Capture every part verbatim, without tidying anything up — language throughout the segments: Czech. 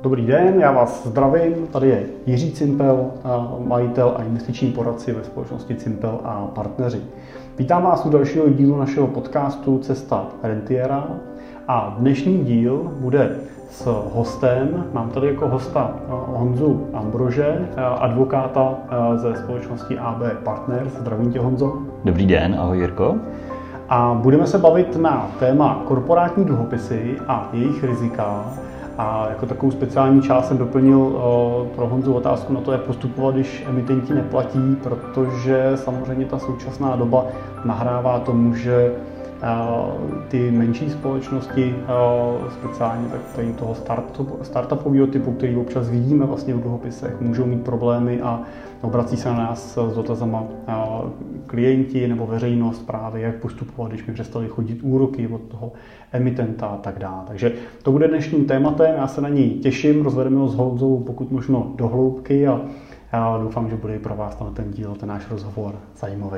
Dobrý den, já vás zdravím. Tady je Jiří Cimpel, majitel a investiční poradci ve společnosti Cimpel a partneři. Vítám vás u dalšího dílu našeho podcastu Cesta rentiera a dnešní díl bude s hostem. Mám tady jako hosta Honzu Ambrože, advokáta ze společnosti á bé Partners. Zdravím tě, Honzo. Dobrý den, ahoj Jirko. A budeme se bavit na téma korporátní dluhopisy a jejich rizika. A jako takovou speciální část jsem doplnil uh, pro Honzu otázku na to, jak postupovat, když emitenti neplatí, protože samozřejmě ta současná doba nahrává tomu, že uh, ty menší společnosti, uh, speciálně tak tady toho startup, startupového typu, který občas vidíme vlastně v dluhopisech, můžou mít problémy a obrací se na nás s dotazama uh, klienti nebo veřejnost právě, jak postupovat, když mi přestali chodit úroky od toho emitenta a tak dále. Takže to bude dnešním tématem, já se na něj těším, rozvedeme ho s Honzou pokud možno do hloubky a já doufám, že bude i pro vás ten díl, ten náš rozhovor zajímavý.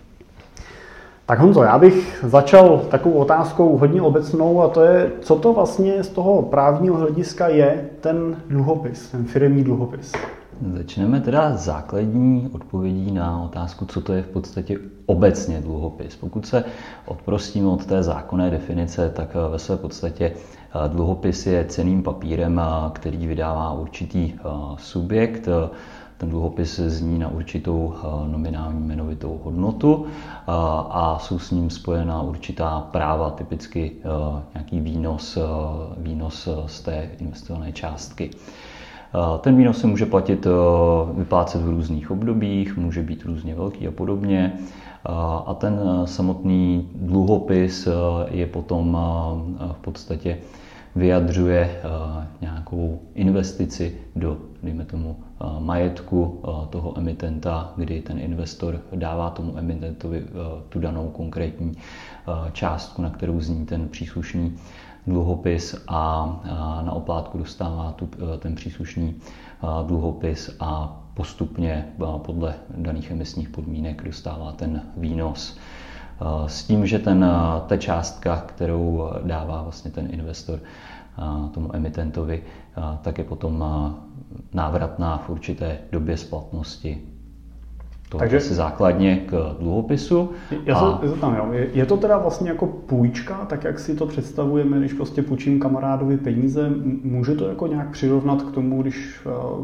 Tak Honzo, já bych začal takovou otázkou hodně obecnou a to je, co to vlastně z toho právního hlediska je ten dluhopis, ten firemní dluhopis. Začneme teda základní odpovědí na otázku, co to je v podstatě obecně dluhopis. Pokud se odprostíme od té zákonné definice, tak ve své podstatě dluhopis je cenným papírem, který vydává určitý subjekt. Ten dluhopis zní na určitou nominální jmenovitou hodnotu a jsou s ním spojena určitá práva, typicky nějaký výnos, výnos z té investované částky. Ten výnos se může platit, vyplácet v různých obdobích, může být různě velký a podobně. A ten samotný dluhopis je potom v podstatě vyjadřuje nějakou investici do, dejme tomu, majetku toho emitenta, kdy ten investor dává tomu emitentovi tu danou konkrétní částku, na kterou zní ten příslušný dluhopis a na oplátku dostává tu, ten příslušný dluhopis a postupně podle daných emisních podmínek dostává ten výnos. S tím, že ten, ta částka, kterou dává vlastně ten investor tomu emitentovi, tak je potom návratná v určité době splatnosti. To je asi základně k dluhopisu. Já a... to, tam, jo. Je, je to teda vlastně jako půjčka, tak jak si to představujeme, když prostě půjčím kamarádovi peníze, může to jako nějak přirovnat k tomu, když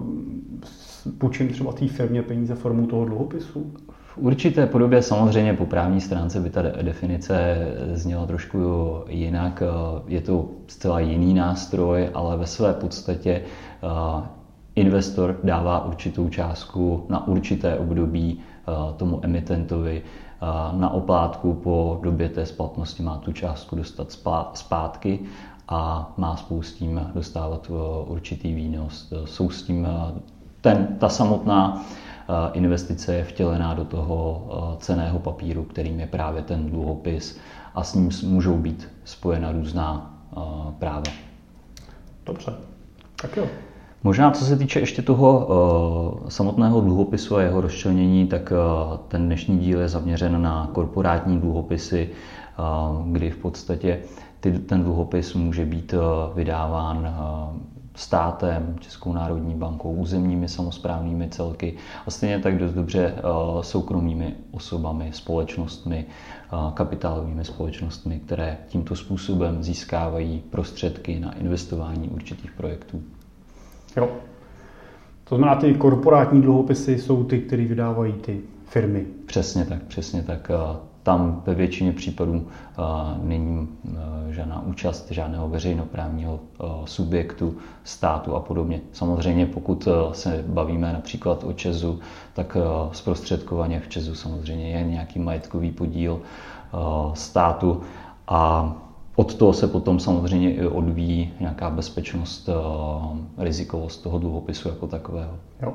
uh, půjčím třeba té firmě peníze formou toho dluhopisu? V určité podobě samozřejmě po právní stránce by ta definice zněla trošku jinak. Je to zcela jiný nástroj, ale ve své podstatě uh, investor dává určitou částku na určité období tomu emitentovi. Na oplátku po době té splatnosti má tu částku dostat zpátky a má spolu s tím dostávat určitý výnos. Jsou s tím, ten, ta samotná investice je vtělená do toho cenného papíru, kterým je právě ten dluhopis a s ním můžou být spojena různá práva. Dobře, tak jo. Možná co se týče ještě toho uh, samotného dluhopisu a jeho rozčlenění, tak uh, ten dnešní díl je zaměřen na korporátní dluhopisy, uh, kdy v podstatě ty, ten dluhopis může být uh, vydáván uh, státem, Českou národní bankou, územními samosprávnými celky a stejně tak dost dobře uh, soukromými osobami, společnostmi, uh, kapitálovými společnostmi, které tímto způsobem získávají prostředky na investování určitých projektů. Jo. To znamená, ty korporátní dluhopisy jsou ty, které vydávají ty firmy. Přesně tak, přesně tak. Tam ve většině případů není žádná účast žádného veřejnoprávního subjektu, státu a podobně. Samozřejmě pokud se bavíme například o ČEZu, tak zprostředkovaně v ČEZu samozřejmě je nějaký majetkový podíl státu a od toho se potom samozřejmě i odvíjí nějaká bezpečnost, rizikovost toho dluhopisu jako takového. Jo.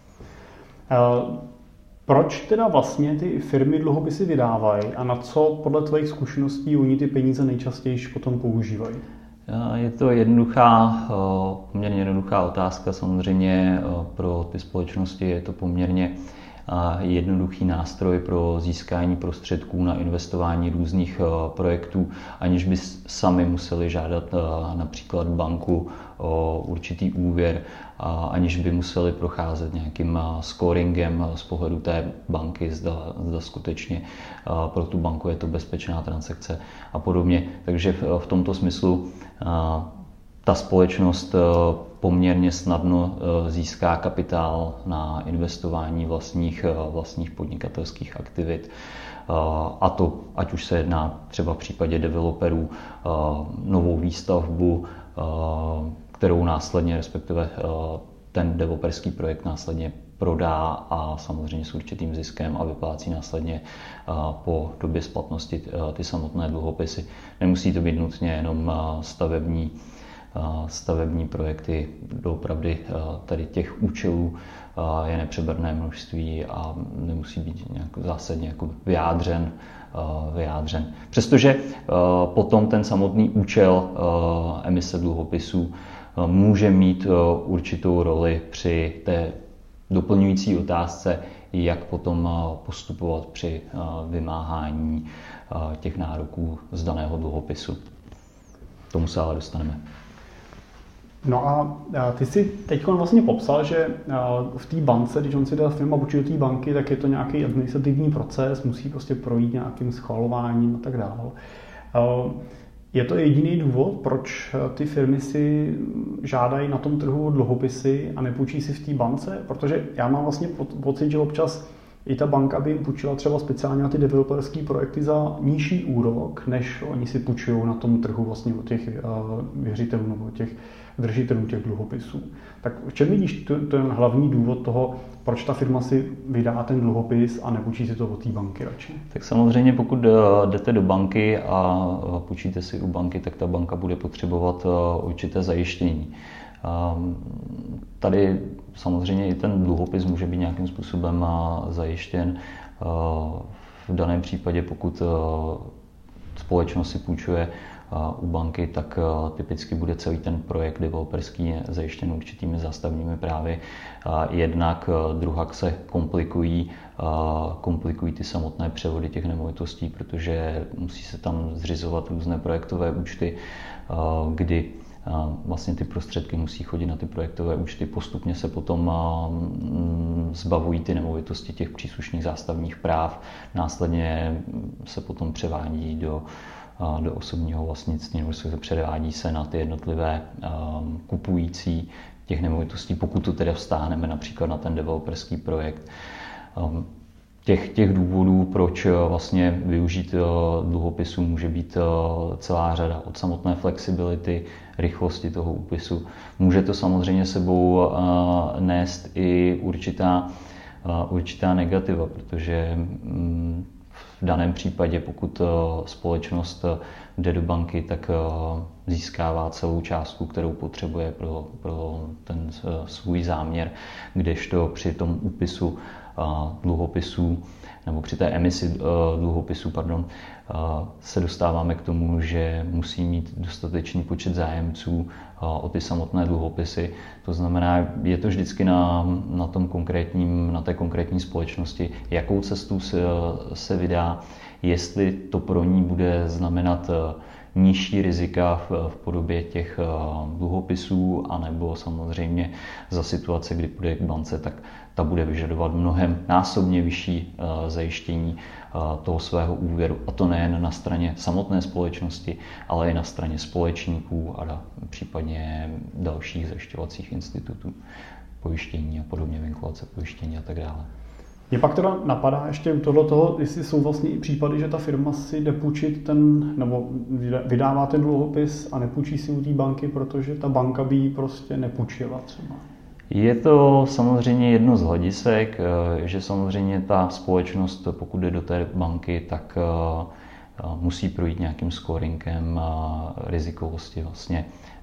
Proč teda vlastně ty firmy dluhopisy vydávají a na co podle tvých zkušeností oni ty peníze nejčastěji potom používají? Je to jednoduchá, poměrně jednoduchá otázka. Samozřejmě pro ty společnosti je to poměrně jednoduchý nástroj pro získání prostředků na investování různých projektů, aniž by sami museli žádat například banku o určitý úvěr, aniž by museli procházet nějakým scoringem z pohledu té banky, zda, zda skutečně pro tu banku je to bezpečná transakce a podobně. Takže v tomto smyslu ta společnost poměrně snadno získá kapitál na investování vlastních, vlastních podnikatelských aktivit. A to, ať už se jedná třeba v případě developerů novou výstavbu, kterou následně, respektive ten developerský projekt následně prodá a samozřejmě s určitým ziskem a vyplácí následně po době splatnosti ty samotné dluhopisy. Nemusí to být nutně jenom stavební, stavební projekty, doopravdy tady těch účelů je nepřeberné množství a nemusí být nějak zásadně jako vyjádřen. vyjádřen. Přestože potom ten samotný účel emise dluhopisů může mít určitou roli při té doplňující otázce, jak potom postupovat při vymáhání těch nároků z daného dluhopisu. K tomu se ale dostaneme. No a ty si teď vlastně popsal, že v té bance, když on si dá firma půjčit do té banky, tak je to nějaký administrativní proces, musí prostě projít nějakým schvalováním a tak dále. Je to jediný důvod, proč ty firmy si žádají na tom trhu dluhopisy a nepůjčí si v té bance? Protože já mám vlastně pocit, že občas i ta banka by jim půjčila třeba speciálně na ty developerské projekty za nižší úrok, než oni si půjčují na tom trhu vlastně od těch věřitelů nebo těch držitelů těch dluhopisů. Tak v čem vidíš ten hlavní důvod toho, proč ta firma si vydá ten dluhopis a nepůjčí si to od té banky radši? Tak samozřejmě, pokud jdete do banky a půjčíte si u banky, tak ta banka bude potřebovat určité zajištění. Tady samozřejmě i ten dluhopis může být nějakým způsobem zajištěn. V daném případě, pokud společnost si půjčuje u banky, tak typicky bude celý ten projekt developerský zajištěn určitými zástavními právy. Jednak druhak se komplikují, komplikují ty samotné převody těch nemovitostí, protože musí se tam zřizovat různé projektové účty, kdy vlastně ty prostředky musí chodit na ty projektové účty, postupně se potom zbavují ty nemovitosti těch příslušných zástavních práv, následně se potom převádí do do osobního vlastnictví, nebo se předvádí se na ty jednotlivé um, kupující těch nemovitostí, pokud to teda vztáhneme například na ten developerský projekt. Um, těch, těch důvodů, proč vlastně využít uh, dluhopisu, může být uh, celá řada, od samotné flexibility, rychlosti toho úpisu. Může to samozřejmě sebou uh, nést i určitá, uh, určitá negativa, protože um, v daném případě, pokud společnost jde do banky, tak získává celou částku, kterou potřebuje pro, pro ten svůj záměr, kdežto při tom úpisu dluhopisů nebo při té emisi dluhopisů, pardon, se dostáváme k tomu, že musí mít dostatečný počet zájemců o ty samotné dluhopisy. To znamená, je to vždycky na, na, tom konkrétním, na té konkrétní společnosti, jakou cestu se, se vydá, jestli to pro ní bude znamenat nižší rizika v, v podobě těch dluhopisů, anebo samozřejmě za situace, kdy půjde k bance, tak ta bude vyžadovat mnohem násobně vyšší uh, zajištění uh, toho svého úvěru. A to nejen na straně samotné společnosti, ale i na straně společníků a da, případně dalších zajišťovacích institutů, pojištění a podobně, vinkulace pojištění a tak dále. Mě pak teda napadá ještě u tohle toho, jestli jsou vlastně i případy, že ta firma si jde půjčit ten, nebo vydává ten dluhopis a nepůjčí si u té banky, protože ta banka by ji prostě nepůjčila třeba. Je to samozřejmě jedno z hledisek, že samozřejmě ta společnost, pokud jde do té banky, tak musí projít nějakým scoringem rizikovosti vlastně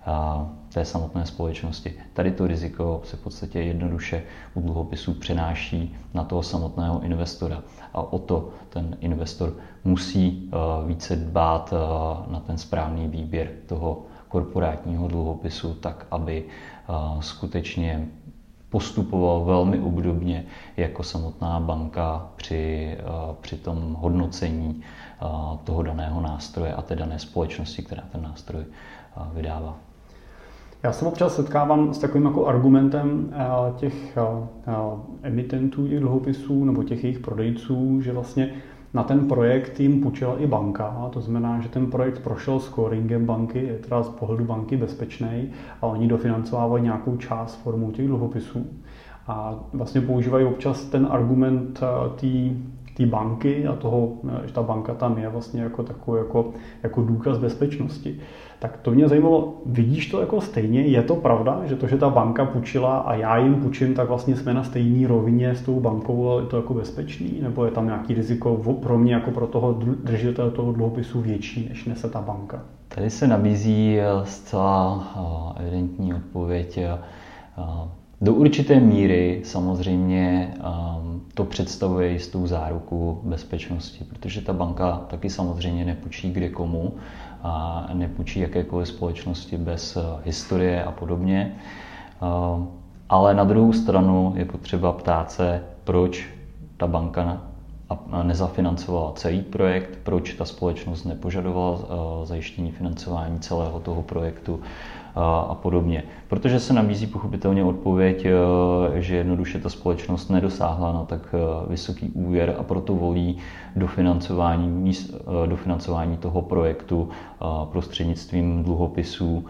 té samotné společnosti. Tady to riziko se v podstatě jednoduše u dluhopisů přenáší na toho samotného investora a o to ten investor musí více dbát na ten správný výběr toho korporátního dluhopisu, tak aby skutečně postupoval velmi obdobně jako samotná banka při, při tom hodnocení toho daného nástroje a té dané společnosti, která ten nástroj vydává. Já se občas setkávám s takovým jako argumentem těch emitentů těch dluhopisů nebo těch jejich prodejců, že vlastně na ten projekt jim půjčila i banka, to znamená, že ten projekt prošel scoringem banky, je teda z pohledu banky bezpečný a oni dofinancovávají nějakou část formou těch dluhopisů. A vlastně používají občas ten argument té banky a toho, že ta banka tam je vlastně jako takový jako, jako důkaz bezpečnosti. Tak to mě zajímalo, vidíš to jako stejně? Je to pravda, že to, že ta banka půjčila a já jim půjčím, tak vlastně jsme na stejné rovině s tou bankou, ale je to jako bezpečný? Nebo je tam nějaký riziko pro mě jako pro toho držitele toho dluhopisu větší, než nese ta banka? Tady se nabízí zcela evidentní odpověď. Do určité míry samozřejmě to představuje jistou záruku bezpečnosti, protože ta banka taky samozřejmě nepůjčí kde komu a nepůjčí jakékoliv společnosti bez historie a podobně. Ale na druhou stranu je potřeba ptát se, proč ta banka nezafinancovala celý projekt, proč ta společnost nepožadovala zajištění financování celého toho projektu a podobně. Protože se nabízí pochopitelně odpověď, že jednoduše ta společnost nedosáhla na tak vysoký úvěr a proto volí dofinancování, dofinancování toho projektu prostřednictvím dluhopisů,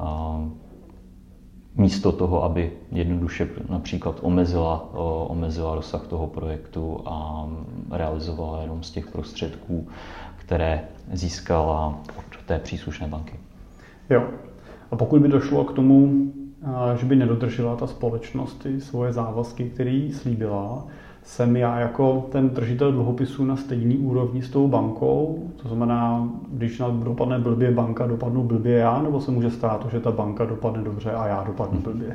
místo toho, aby jednoduše například omezila, omezila rozsah toho projektu a realizovala jenom z těch prostředků, které získala od té příslušné banky. Jo. A pokud by došlo k tomu, že by nedodržela ta společnost ty svoje závazky, které jí slíbila, jsem já jako ten držitel dluhopisů na stejný úrovni s tou bankou? To znamená, když dopadne blbě banka, dopadnu blbě já, nebo se může stát to, že ta banka dopadne dobře a já dopadnu blbě?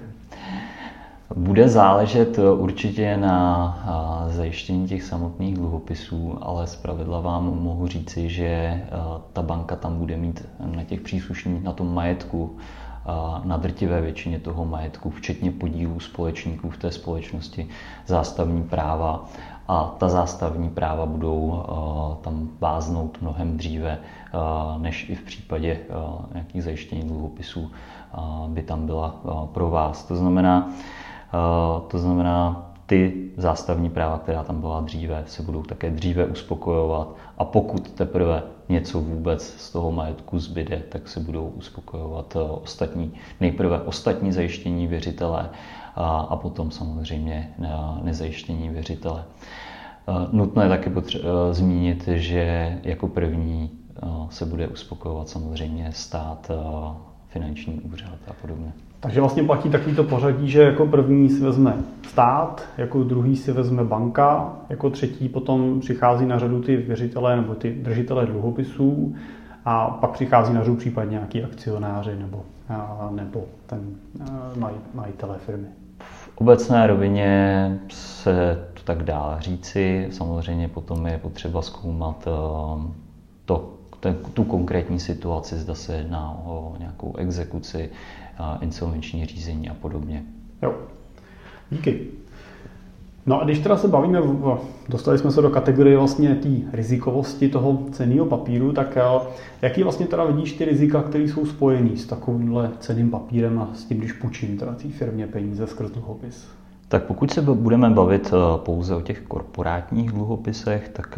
Bude záležet určitě na zajištění těch samotných dluhopisů, ale zpravidla vám mohu říci, že ta banka tam bude mít na těch příslušných, na tom majetku, na drtivé většině toho majetku, včetně podílů společníků v té společnosti, zástavní práva. A ta zástavní práva budou tam váznout mnohem dříve, než i v případě nějakých zajištění dluhopisů by tam byla pro vás. To znamená, to znamená, ty zástavní práva, která tam byla dříve, se budou také dříve uspokojovat a pokud teprve něco vůbec z toho majetku zbyde, tak se budou uspokojovat ostatní, nejprve ostatní zajištění věřitele a, a potom samozřejmě nezajištění věřitele. Nutno je taky potře- zmínit, že jako první se bude uspokojovat samozřejmě stát, finanční úřad a podobně. Takže vlastně platí takovýto pořadí, že jako první si vezme stát, jako druhý si vezme banka, jako třetí potom přichází na řadu ty věřitelé nebo ty držitelé dluhopisů a pak přichází na řadu případně nějaký akcionáři nebo, nebo ten maj, majitelé firmy. V obecné rovině se to tak dá říci, samozřejmě potom je potřeba zkoumat to, tu konkrétní situaci, zda se jedná o nějakou exekuci, insolvenční řízení a podobně. Jo, díky. No a když teda se bavíme, dostali jsme se do kategorie vlastně té rizikovosti toho cenného papíru, tak jaký vlastně teda vidíš ty rizika, které jsou spojený s takovýmhle cenným papírem a s tím, když půjčím teda té firmě peníze skrz dluhopis? Tak pokud se budeme bavit pouze o těch korporátních dluhopisech, tak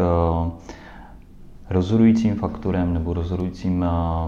rozhodujícím faktorem nebo rozhodujícím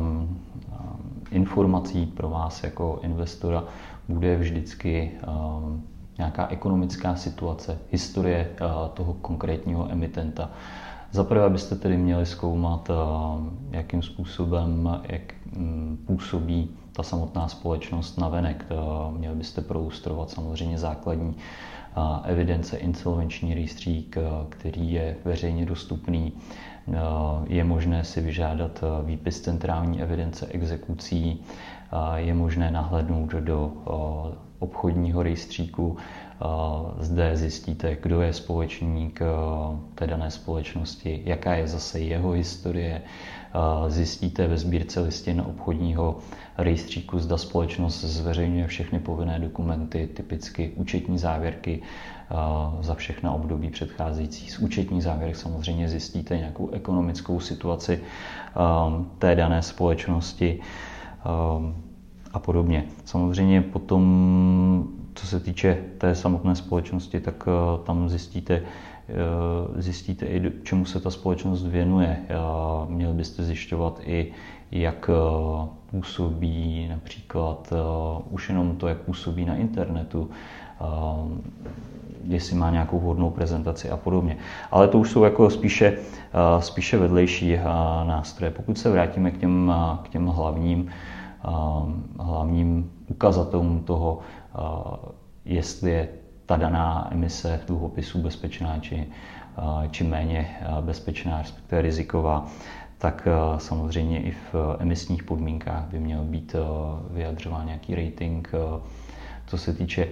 informací pro vás jako investora bude vždycky nějaká ekonomická situace, historie toho konkrétního emitenta. Zaprvé byste tedy měli zkoumat, jakým způsobem jak působí ta samotná společnost navenek. Měli byste prolustrovat samozřejmě základní evidence, insolvenční rejstřík, který je veřejně dostupný. Je možné si vyžádat výpis centrální evidence exekucí je možné nahlédnout do obchodního rejstříku. Zde zjistíte, kdo je společník té dané společnosti, jaká je zase jeho historie. Zjistíte ve sbírce listin obchodního rejstříku, zda společnost zveřejňuje všechny povinné dokumenty, typicky účetní závěrky za všechna období předcházející. Z účetních závěrek samozřejmě zjistíte nějakou ekonomickou situaci té dané společnosti a podobně. Samozřejmě potom, co se týče té samotné společnosti, tak tam zjistíte, zjistíte i, čemu se ta společnost věnuje. Měli byste zjišťovat i, jak působí například už jenom to, jak působí na internetu, jestli má nějakou vhodnou prezentaci a podobně. Ale to už jsou jako spíše, spíše vedlejší nástroje. Pokud se vrátíme k těm, k těm hlavním, hlavním ukazatelům toho, jestli je ta daná emise dluhopisů bezpečná či, či méně bezpečná, respektive riziková, tak samozřejmě i v emisních podmínkách by měl být vyjadřován nějaký rating. Co se týče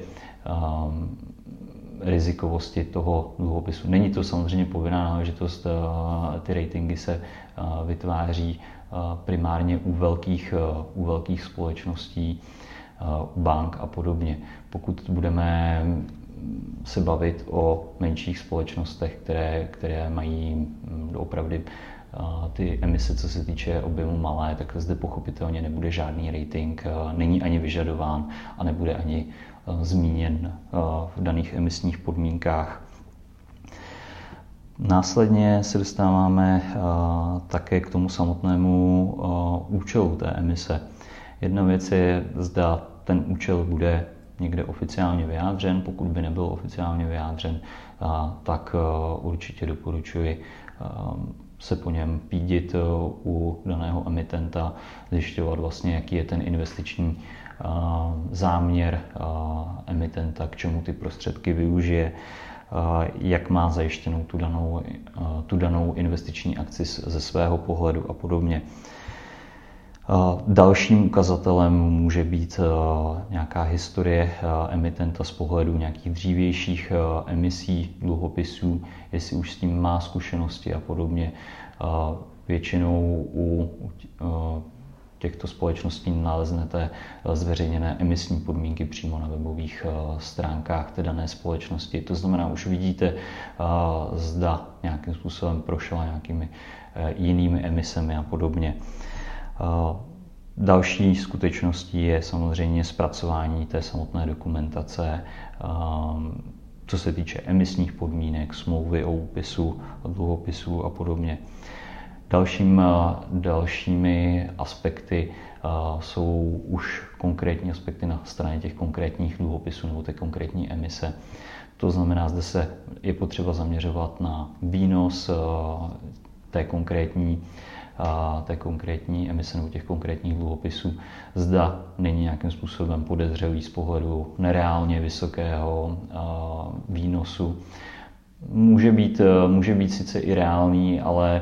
rizikovosti toho dluhopisu. Není to samozřejmě povinná náležitost, ty ratingy se vytváří primárně u velkých, u velkých společností, u bank a podobně. Pokud budeme se bavit o menších společnostech, které, které mají opravdu ty emise, co se týče objemu malé, tak zde pochopitelně nebude žádný rating, není ani vyžadován a nebude ani zmíněn v daných emisních podmínkách. Následně se dostáváme také k tomu samotnému účelu té emise. Jedna věc je, zda ten účel bude někde oficiálně vyjádřen. Pokud by nebyl oficiálně vyjádřen, tak určitě doporučuji se po něm pídit u daného emitenta, zjišťovat vlastně, jaký je ten investiční záměr emitenta, k čemu ty prostředky využije, jak má zajištěnou tu danou, tu danou investiční akci ze svého pohledu a podobně. Dalším ukazatelem může být nějaká historie emitenta z pohledu nějakých dřívějších emisí dluhopisů, jestli už s tím má zkušenosti a podobně. Většinou u těchto společností naleznete zveřejněné emisní podmínky přímo na webových stránkách té dané společnosti. To znamená, už vidíte, zda nějakým způsobem prošla nějakými jinými emisemi a podobně. Další skutečností je samozřejmě zpracování té samotné dokumentace, co se týče emisních podmínek, smlouvy o úpisu, dluhopisů a podobně. Dalším, dalšími aspekty jsou už konkrétní aspekty na straně těch konkrétních dluhopisů nebo té konkrétní emise. To znamená, zde se je potřeba zaměřovat na výnos té konkrétní té konkrétní emise nebo těch konkrétních dluhopisů. Zda není nějakým způsobem podezřelý z pohledu nereálně vysokého výnosu. Může být, může být sice i reálný, ale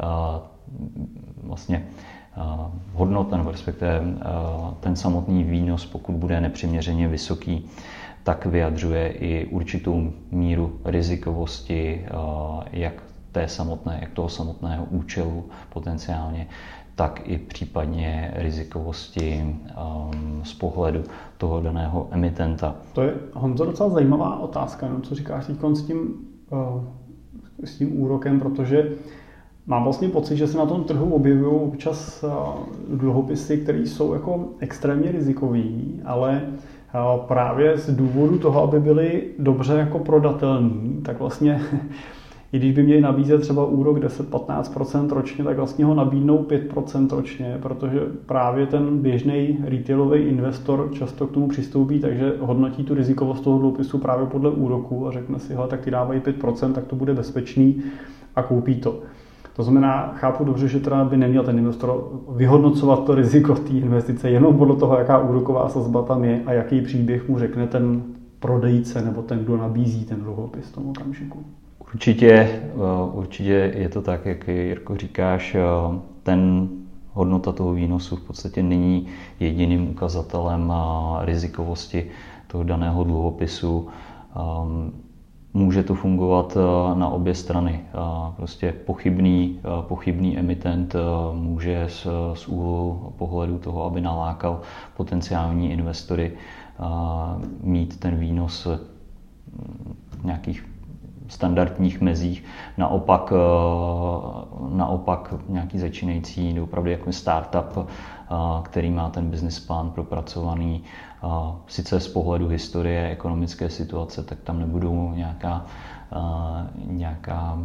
vlastně hodnota, nebo respektive ten samotný výnos, pokud bude nepřiměřeně vysoký, tak vyjadřuje i určitou míru rizikovosti, jak té samotné, jak toho samotného účelu potenciálně, tak i případně rizikovosti um, z pohledu toho daného emitenta. To je, Honzo, docela zajímavá otázka, no, co říkáš teď s tím, uh, s tím úrokem, protože mám vlastně pocit, že se na tom trhu objevují občas uh, dluhopisy, které jsou jako extrémně rizikový, ale uh, právě z důvodu toho, aby byly dobře jako prodatelný, tak vlastně i když by měli nabízet třeba úrok deset až patnáct procent ročně, tak vlastně ho nabídnou pět procent ročně, protože právě ten běžný retailový investor často k tomu přistoupí, takže hodnotí tu rizikovost toho dluhopisu právě podle úroku a řekne si, hele, tak ty dávají pět procent, tak to bude bezpečný a koupí to. To znamená, chápu dobře, že teda by neměl ten investor vyhodnocovat to riziko té investice jenom podle toho, jaká úroková sazba tam je a jaký příběh mu řekne ten prodejce nebo ten, kdo nabízí ten dluhopis v tom okamžiku. Určitě, určitě je to tak, jak Jirko říkáš, ten hodnota toho výnosu v podstatě není jediným ukazatelem rizikovosti toho daného dluhopisu. Může to fungovat na obě strany. Prostě pochybný, pochybný emitent může z, z úhlu pohledu toho, aby nalákal potenciální investory, mít ten výnos v nějakých standardních mezích. Naopak, naopak nějaký začínající, opravdu jako startup, který má ten business plán propracovaný, sice z pohledu historie, ekonomické situace, tak tam nebudou nějaká, nějaká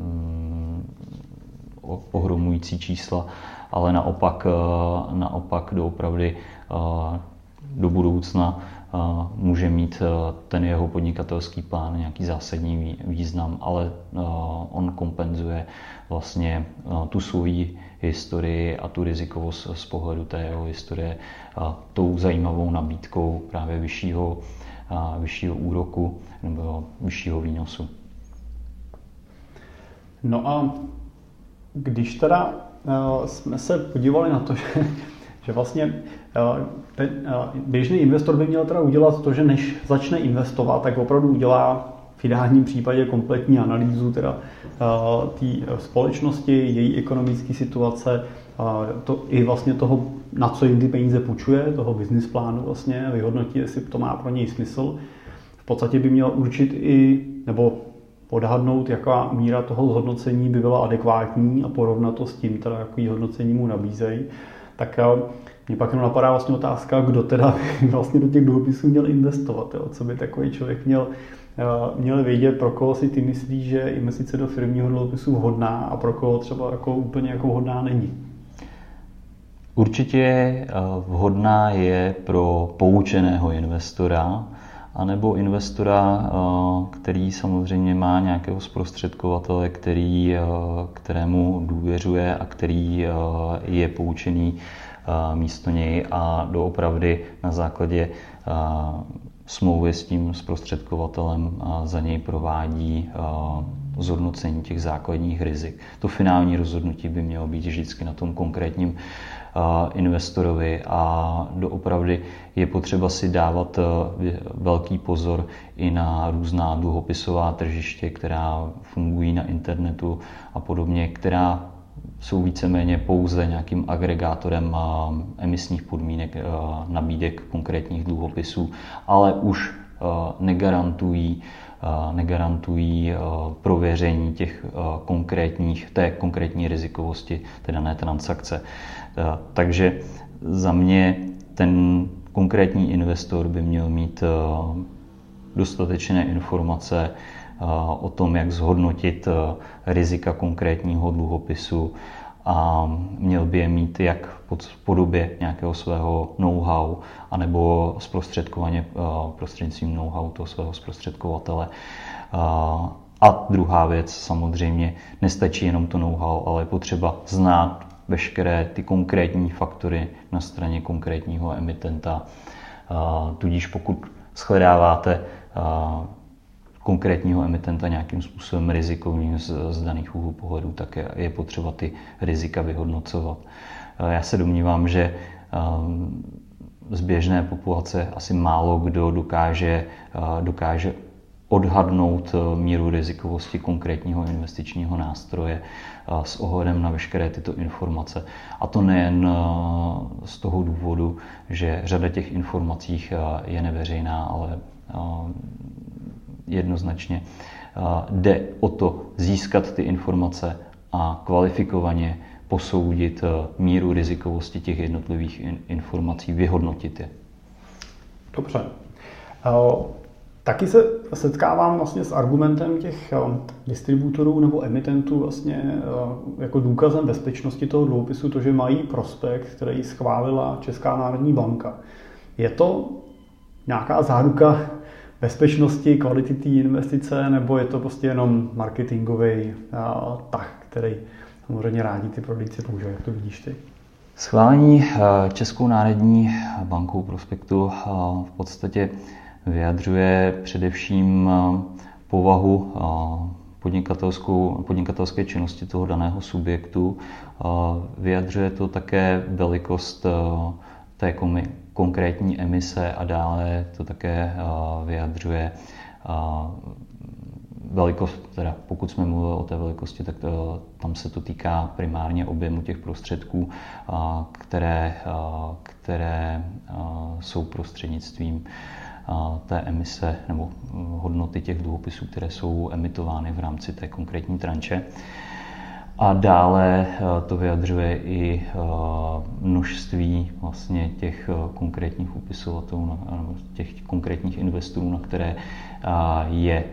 ohromující čísla, ale naopak, naopak doopravdy do budoucna může mít ten jeho podnikatelský plán nějaký zásadní význam, ale on kompenzuje vlastně tu svoji historii a tu rizikovost z pohledu té jeho historie tou zajímavou nabídkou právě vyššího, vyššího úroku nebo vyššího výnosu. No a když teda jsme se podívali na to, že že vlastně ten běžný investor by měl teda udělat to, že než začne investovat, tak opravdu udělá v ideálním případě kompletní analýzu teda té společnosti, její ekonomické situace, to, i vlastně toho, na co jim ty peníze půjčuje, toho business plánu vlastně, vyhodnotí, jestli to má pro něj smysl. V podstatě by měl určit i, nebo odhadnout, jaká míra toho zhodnocení by byla adekvátní a porovnat to s tím, teda jaký hodnocení mu nabízejí. Tak mě pak jenom napadá vlastně otázka, kdo teda vlastně do těch dluhopisů měl investovat, jo? Co by takový člověk měl, měl vědět, pro koho si ty myslíš, že investice do firmního dluhopisu vhodná a pro koho třeba jako úplně jako vhodná není. Určitě vhodná je pro poučeného investora, anebo investora, který samozřejmě má nějakého zprostředkovatele, který, kterému důvěřuje a který je poučený místo něj a doopravdy na základě smlouvy s tím zprostředkovatelem za něj provádí zhodnocení těch základních rizik. To finální rozhodnutí by mělo být vždycky na tom konkrétním investorovi a doopravdy je potřeba si dávat velký pozor i na různá dluhopisová tržiště, která fungují na internetu a podobně, která jsou víceméně pouze nějakým agregátorem emisních podmínek, nabídek konkrétních dluhopisů, ale už negarantují negarantují prověření těch konkrétních, té konkrétní rizikovosti té dané transakce. Takže za mě ten konkrétní investor by měl mít dostatečné informace o tom, jak zhodnotit rizika konkrétního dluhopisu a měl by je mít jak v podobě nějakého svého know-how, anebo zprostředkovaně prostřednictvím know-how toho svého zprostředkovatele. A druhá věc, samozřejmě nestačí jenom to know-how, ale je potřeba znát veškeré ty konkrétní faktory na straně konkrétního emitenta. Tudíž pokud shledáváte konkrétního emitenta nějakým způsobem rizikovým z, z daných úhlů pohledu, tak je, je potřeba ty rizika vyhodnocovat. Já se domnívám, že z běžné populace asi málo kdo dokáže, dokáže odhadnout míru rizikovosti konkrétního investičního nástroje s ohledem na veškeré tyto informace. A to nejen z toho důvodu, že řada těch informací je neveřejná, ale jednoznačně jde o to získat ty informace a kvalifikovaně posoudit míru rizikovosti těch jednotlivých informací, vyhodnotit je. Dobře. Taky se setkávám vlastně s argumentem těch distributorů nebo emitentů vlastně jako důkazem bezpečnosti toho dluhopisu to, že mají prospekt, který schválila Česká národní banka. Je to nějaká záruka bezpečnosti, kvality té investice, nebo je to prostě jenom marketingový tah, který samozřejmě rádi ty prodejci používají, jak to vidíš ty? Schválení Českou národní bankou prospektu v podstatě vyjadřuje především povahu podnikatelskou, podnikatelské činnosti toho daného subjektu. Vyjadřuje to také velikost té konkrétní emise a dále to také vyjadřuje velikost, teda pokud jsme mluvili o té velikosti, tak to, tam se to týká primárně objemu těch prostředků, které, které jsou prostřednictvím té emise nebo hodnoty těch dluhopisů, které jsou emitovány v rámci té konkrétní tranče. A dále to vyjadřuje i množství vlastně těch konkrétních upisovatelů, těch konkrétních investorů, na které je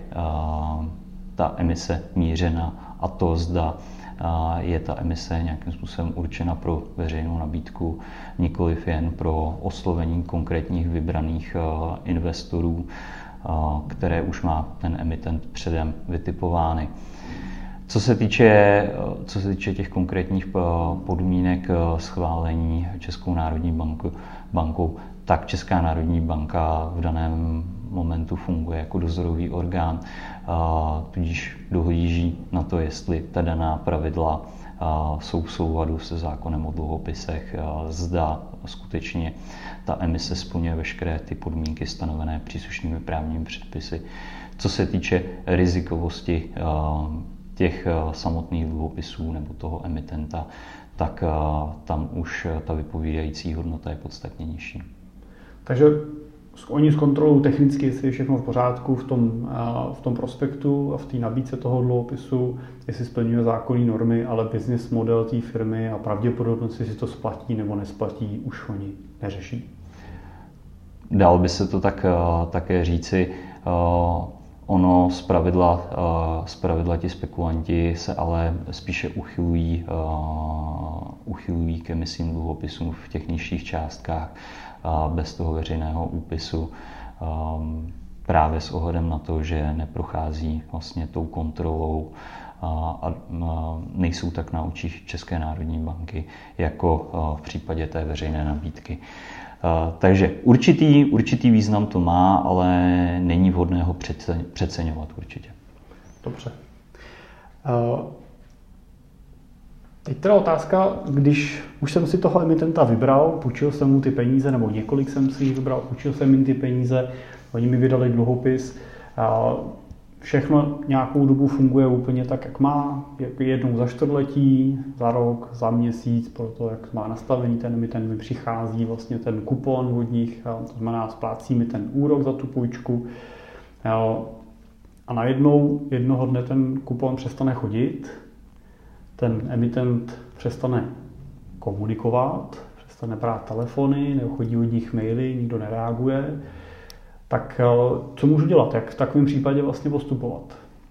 ta emise mířena, a to zda je ta emise nějakým způsobem určena pro veřejnou nabídku, nikoliv jen pro oslovení konkrétních vybraných investorů, které už má ten emitent předem vytipovány. Co se týče, co se týče těch konkrétních podmínek schválení Českou národní banku, bankou, tak Česká národní banka v daném momentu funguje jako dozorový orgán, tudíž dohlíží na to, jestli ta daná pravidla jsou v souladu se zákonem o dluhopisech, zda skutečně ta emise splňuje veškeré ty podmínky stanovené příslušnými právními předpisy. Co se týče rizikovosti těch samotných dluhopisů nebo toho emitenta, tak tam už ta vypovídající hodnota je podstatně nižší. Takže oni zkontrolují technicky, jestli je všechno v pořádku v tom, v tom prospektu a v té nabídce toho dluhopisu, jestli splňuje zákonné normy, ale business model té firmy a pravděpodobnost, jestli to splatí nebo nesplatí, už oni neřeší. Dalo by se to tak také říci. Ono zpravidla, zpravidla ti spekulanti se ale spíše uchylují, uchylují k emisím dluhopisů v těch nižších částkách bez toho veřejného úpisu, právě s ohledem na to, že neprochází vlastně tou kontrolou a nejsou tak na očích České národní banky jako v případě té veřejné nabídky. Takže určitý, určitý význam to má, ale není vhodné ho přeceňovat určitě. Dobře. Teď teda otázka, když už jsem si toho emitenta vybral, půjčil jsem mu ty peníze, nebo několik jsem si jich vybral, půjčil jsem jim ty peníze, oni mi vydali dluhopis, všechno nějakou dobu funguje úplně tak, jak má, jednou za čtvrtletí, za rok, za měsíc, proto jak má nastavený ten emitent, mi přichází vlastně ten kupon od nich, to znamená splácí mi ten úrok za tu půjčku. A najednou jednoho dne ten kupon přestane chodit, ten emitent přestane komunikovat, přestane brát telefony, nechodí od nich maily, nikdo nereaguje. Tak co můžu dělat? Jak v takovém případě vlastně postupovat?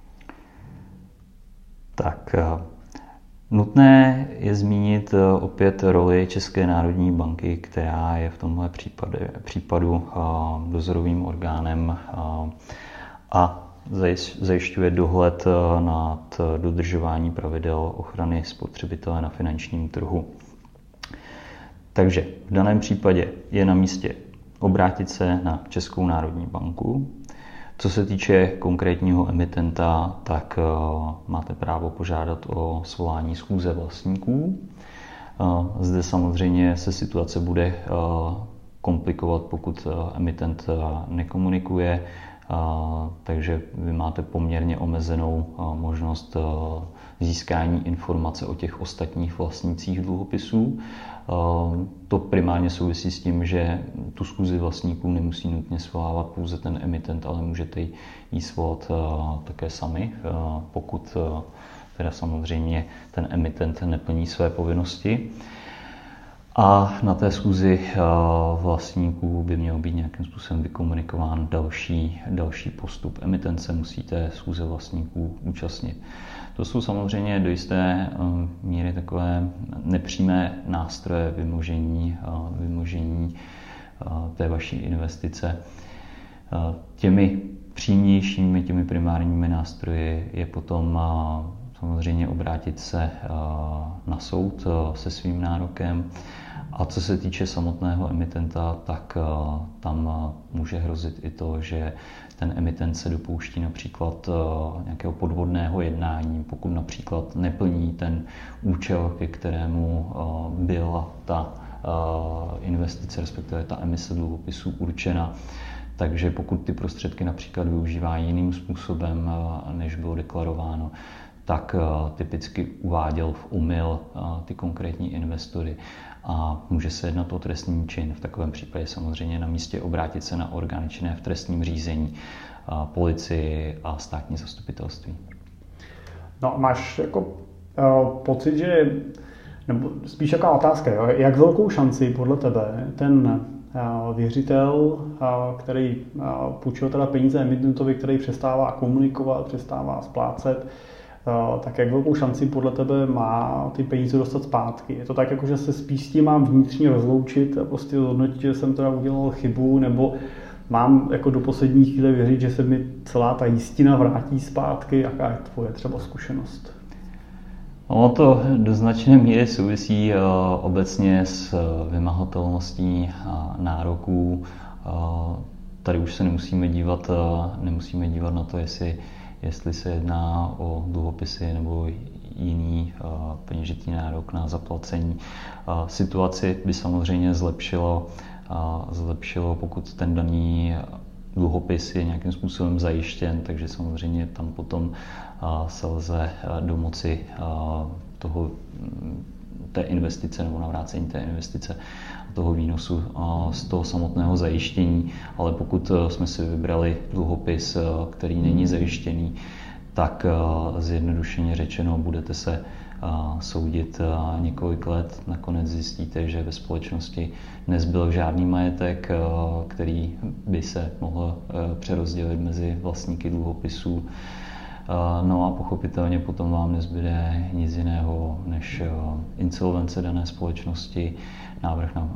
Tak nutné je zmínit opět roli České národní banky, která je v tomhle případu, případu dozorovým orgánem a zajišťuje dohled nad dodržování pravidel ochrany spotřebitele na finančním trhu. Takže v daném případě je na místě obrátit se na Českou národní banku. Co se týče konkrétního emitenta, tak uh, máte právo požádat o svolání schůze vlastníků. Uh, zde samozřejmě se situace bude uh, komplikovat, pokud uh, emitent uh, nekomunikuje, uh, takže vy máte poměrně omezenou uh, možnost uh, získání informace o těch ostatních vlastnících dluhopisů. To primárně souvisí s tím, že tu schůzi vlastníků nemusí nutně svolávat pouze ten emitent, ale můžete ji svolat také sami, pokud teda samozřejmě ten emitent neplní své povinnosti. A na té schůzi vlastníků by měl být nějakým způsobem vykomunikován další, další postup. Emitent se musí té schůze vlastníků účastnit. To jsou samozřejmě do jisté míry takové nepřímé nástroje vymožení, vymožení té vaší investice. Těmi přímějšími, těmi primárními nástroji je potom samozřejmě obrátit se na soud se svým nárokem A co se týče samotného emitenta, tak tam může hrozit i to, že ten emitent se dopouští například nějakého podvodného jednání, pokud například neplní ten účel, ke kterému byla ta investice, respektive ta emise dluhopisů určena. Takže pokud ty prostředky například využívá jiným způsobem, než bylo deklarováno, tak typicky uváděl v omyl ty konkrétní investory a může se jednat o trestný čin. V takovém případě samozřejmě na místě obrátit se na orgány činné v trestním řízení, policii a státní zastupitelství. No, máš jako uh, pocit, že, nebo spíš jaká otázka, jo? Jak velkou šanci podle tebe ten uh, věřitel, uh, který uh, půjčil teda peníze emitentovi, který přestává komunikovat, přestává splácet, Uh, tak jak velkou šanci podle tebe má ty peníze dostat zpátky? Je to tak, jako, že se spíš s tím mám vnitřně rozloučit a prostě zhodnotit, že jsem teda udělal chybu, nebo mám jako do poslední chvíle věřit, že se mi celá ta jistina vrátí zpátky? Jaká je tvoje třeba zkušenost? Ono to do značné míry souvisí uh, obecně s vymahatelností uh, nároků. Uh, tady už se nemusíme dívat, uh, nemusíme dívat na to, jestli jestli se jedná o dluhopisy nebo jiný uh, peněžitý nárok na zaplacení. Uh, situaci by samozřejmě zlepšilo, uh, zlepšilo, pokud ten daný dluhopis je nějakým způsobem zajištěn, takže samozřejmě tam potom uh, se lze uh, domoci uh, toho, té investice nebo navrácení té investice a toho výnosu z toho samotného zajištění, ale pokud jsme si vybrali dluhopis, který není zajištěný, tak zjednodušeně řečeno budete se soudit několik let. Nakonec zjistíte, že ve společnosti nezbyl žádný majetek, který by se mohl přerozdělit mezi vlastníky dluhopisů. No a pochopitelně potom vám nezbyde nic jiného než insolvence dané společnosti, návrh na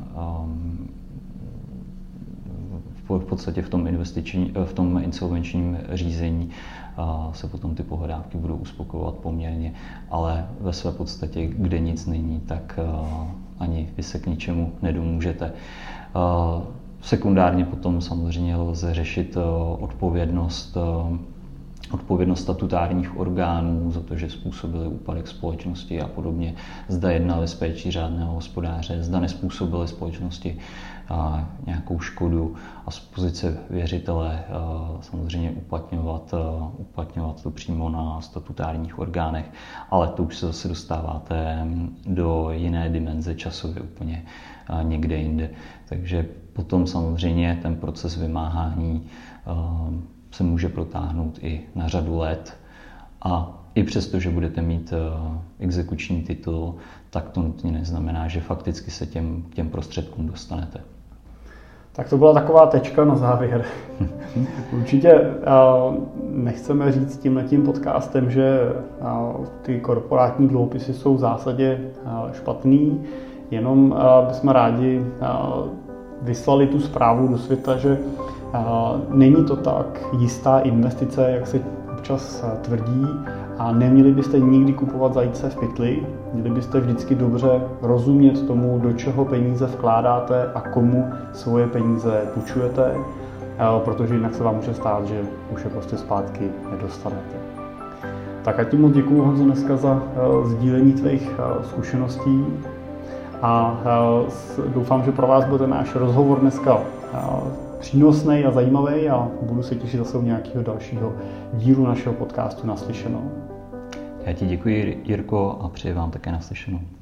v podstatě v tom, investiční, v tom insolvenčním řízení se potom ty pohledávky budou uspokojovat poměrně, ale ve své podstatě, kde nic není, tak ani vy se k ničemu nedomůžete. Sekundárně potom samozřejmě lze řešit odpovědnost odpovědnost statutárních orgánů za to, že způsobili úpadek společnosti a podobně. Zda jednali s péčí řádného hospodáře, zda nespůsobili společnosti a, nějakou škodu a z pozice věřitele a, samozřejmě uplatňovat, a, uplatňovat to přímo na statutárních orgánech, ale to už se zase dostáváte do jiné dimenze časově úplně a, někde jinde. Takže potom samozřejmě ten proces vymáhání a, se může protáhnout i na řadu let a i přesto, že budete mít uh, exekuční titul, tak to nutně neznamená, že fakticky se těm, těm prostředkům dostanete. Tak to byla taková tečka na závěr. Určitě uh, nechceme říct tímhletím podcastem, že uh, ty korporátní dluhopisy jsou v zásadě uh, špatný, jenom uh, bychom rádi uh, vyslali tu zprávu do světa, že uh, není to tak jistá investice, jak se občas tvrdí, a neměli byste nikdy kupovat zajíce v pytli, měli byste vždycky dobře rozumět tomu, do čeho peníze vkládáte a komu svoje peníze půjčujete, uh, protože jinak se vám může stát, že už je prostě zpátky nedostanete. Tak a tím moc děkuju, Honzo, dneska za uh, sdílení tvých uh, zkušeností. A uh, doufám, že pro vás byl ten náš rozhovor dneska uh, přínosný a zajímavý a budu se těšit zase u nějakého dalšího dílu našeho podcastu Naslyšenou. Já ti děkuji, Jirko, a přeji vám také naslyšenou.